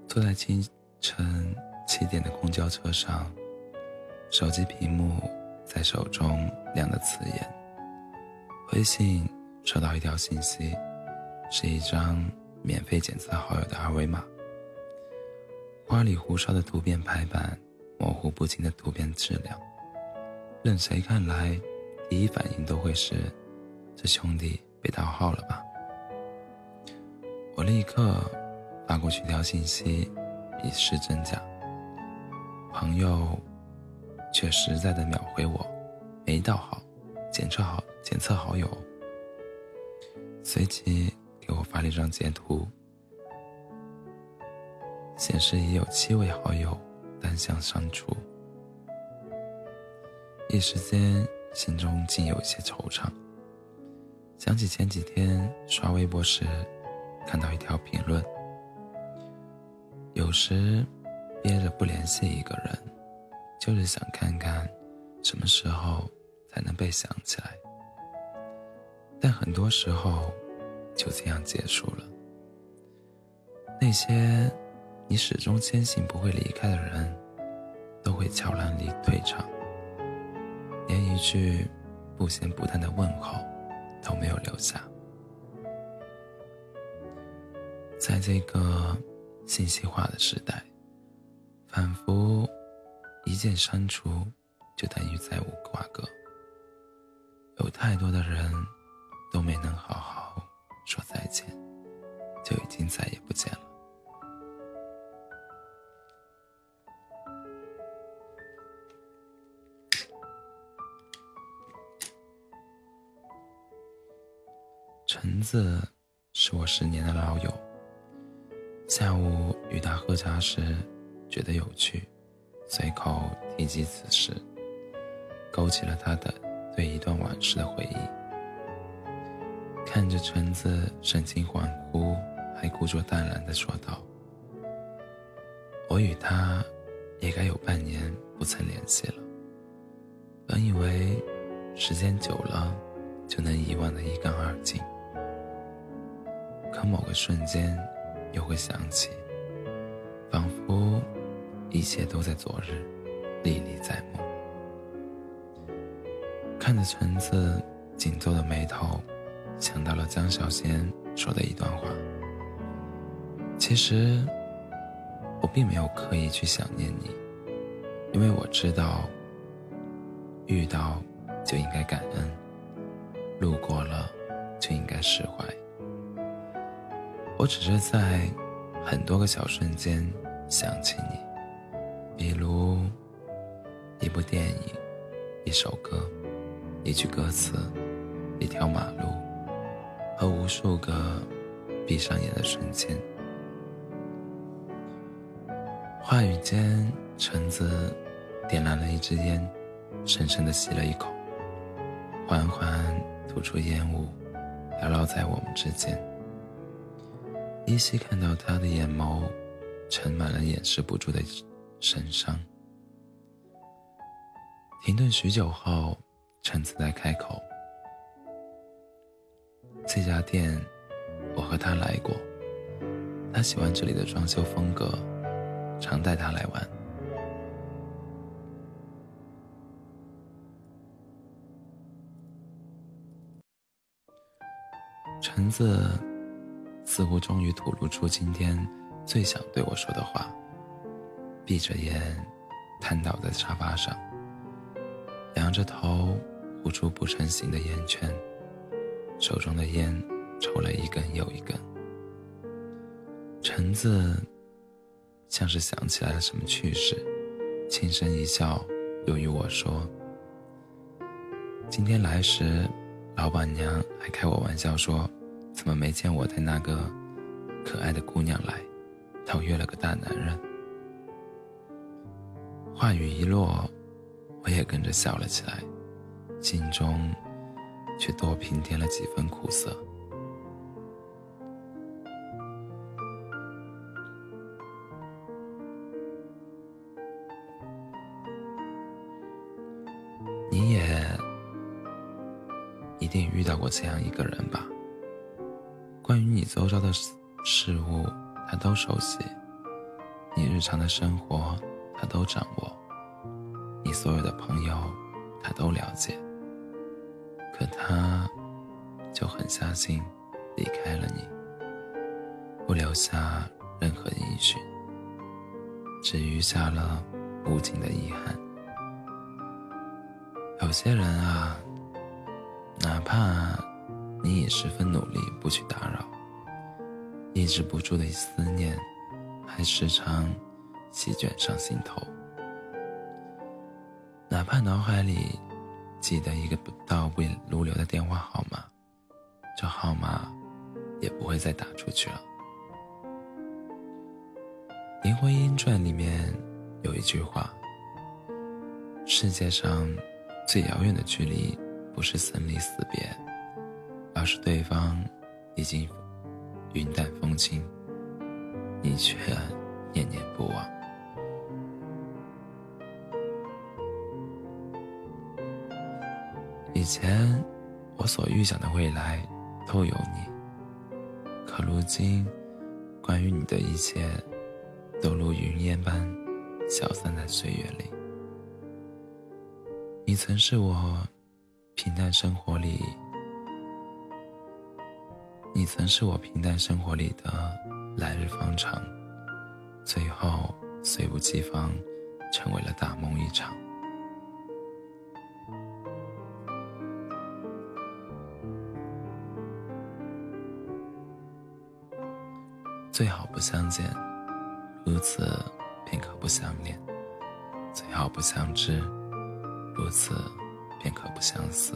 坐在清晨7点的公交车上，手机屏幕在手中亮得刺眼。微信收到一条信息，是一张免费检测好友的二维码。花里胡哨的图片排版，模糊不清的图片质量，任谁看来第一反应都会是，这兄弟被盗号了吧。我立刻发过去条信息以示真假，朋友却实在的秒回我，没盗号，检测好友。随即给我发了一张截图，显示已有7位好友单向删除。一时间心中竟有一些惆怅，想起前几天刷微博时看到一条评论，有时憋着不联系一个人，就是想看看什么时候才能被想起来，但很多时候就这样结束了。那些你始终坚信不会离开的人，都会悄然退场，连一句不咸不淡的问候都没有留下。在这个信息化的时代，仿佛一键删除就等于再无瓜葛，有太多的人都没能好好说再见，就已经再也不见了。橙子是我10年的老友，下午与他喝茶时觉得有趣，随口提及此事，勾起了他的对一段往事的回忆。看着橙子神情恍惚，还故作淡然地说道：“我与他也该有半年不曾联系了，本以为时间久了就能遗忘得一干二净，可某个瞬间又会想起，仿佛一切都在昨日，历历在目。”看着橙子紧皱的眉头，想到了张小娴说的一段话：其实我并没有刻意去想念你，因为我知道遇到就应该感恩，路过了就应该释怀。我只是在很多个小瞬间想起你，比如一部电影，一首歌，一句歌词，一条马路，和无数个闭上眼的瞬间。话语间，橙子点燃了一支烟，深深地吸了一口，缓缓吐出烟雾，缭绕在我们之间。依稀看到他的眼眸盛满了掩饰不住的神伤。停顿许久后，橙子才开口：这家店我和他来过，他喜欢这里的装修风格，常带他来玩。橙子似乎终于吐露出今天最想对我说的话，闭着眼瘫倒在沙发上，仰着头呼出不成形的烟圈，手中的烟抽了一根又一根。橙子像是想起来了什么趣事，轻声一笑，又与我说：今天来时，老板娘还开我玩笑说，怎么没见我带那个可爱的姑娘来，倒约了个大男人。话语一落，我也跟着笑了起来，心中却多平添了几分苦涩。你也一定遇到过这样一个人吧？关于你周遭的事物，他都熟悉， 你日常的生活他都掌握，你所有的朋友他都了解，可他就狠下心离开了你，不留下任何音讯，只余下了无尽的遗憾。有些人啊，哪怕你已十分努力不去打扰，抑制不住的思念还时常席卷上心头，哪怕脑海里记得一个倒背如流的电话号码，这号码也不会再打出去了。《灵魂音传》里面有一句话，世界上最遥远的距离不是生离死别，而是对方已经云淡风轻，你却念念不忘。以前我所预想的未来都有你，可如今关于你的一切都如云烟般消散在岁月里。你曾是我平淡生活里的来日方长，最后猝不及防成为了大梦一场。最好不相见，如此便可不相恋；最好不相知，如此便可不相思。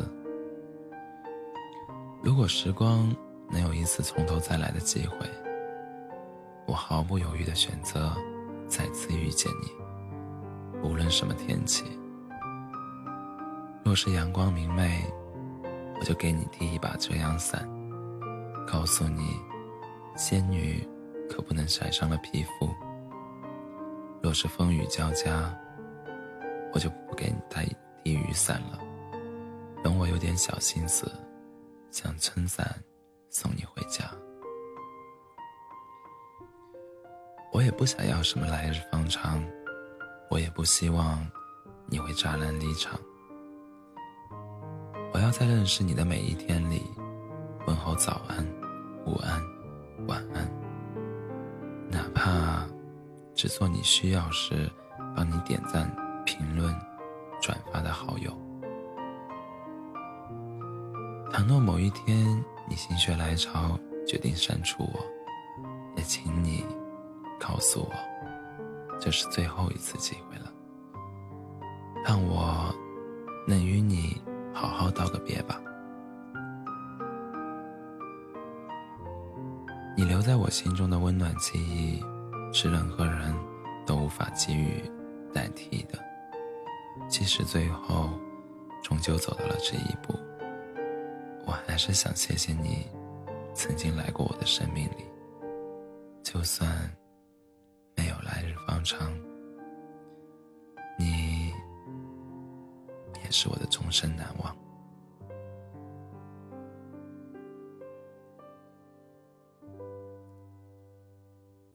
如果时光能有一次从头再来的机会，我毫不犹豫地选择再次遇见你，无论什么天气。若是阳光明媚，我就给你递一把遮阳伞，告诉你仙女可不能晒伤了皮肤。若是风雨交加，我就不给你带递雨伞了，等我有点小心思，想撑伞送你回家。我也不想要什么来日方长，我也不希望你会乍然离场。我要在认识你的每一天里，问候早安、午安、晚安，哪怕只做你需要时帮你点赞、评论、转发的好友。倘若某一天你心血来潮决定删除我，也请你告诉我，这是最后一次机会了，让我能与你好好道个别吧。你留在我心中的温暖记忆，是任何人都无法给予代替的。即使最后终究走到了这一步，我还是想谢谢你曾经来过我的生命里，就算没有来日方长，你也是我的终身难忘。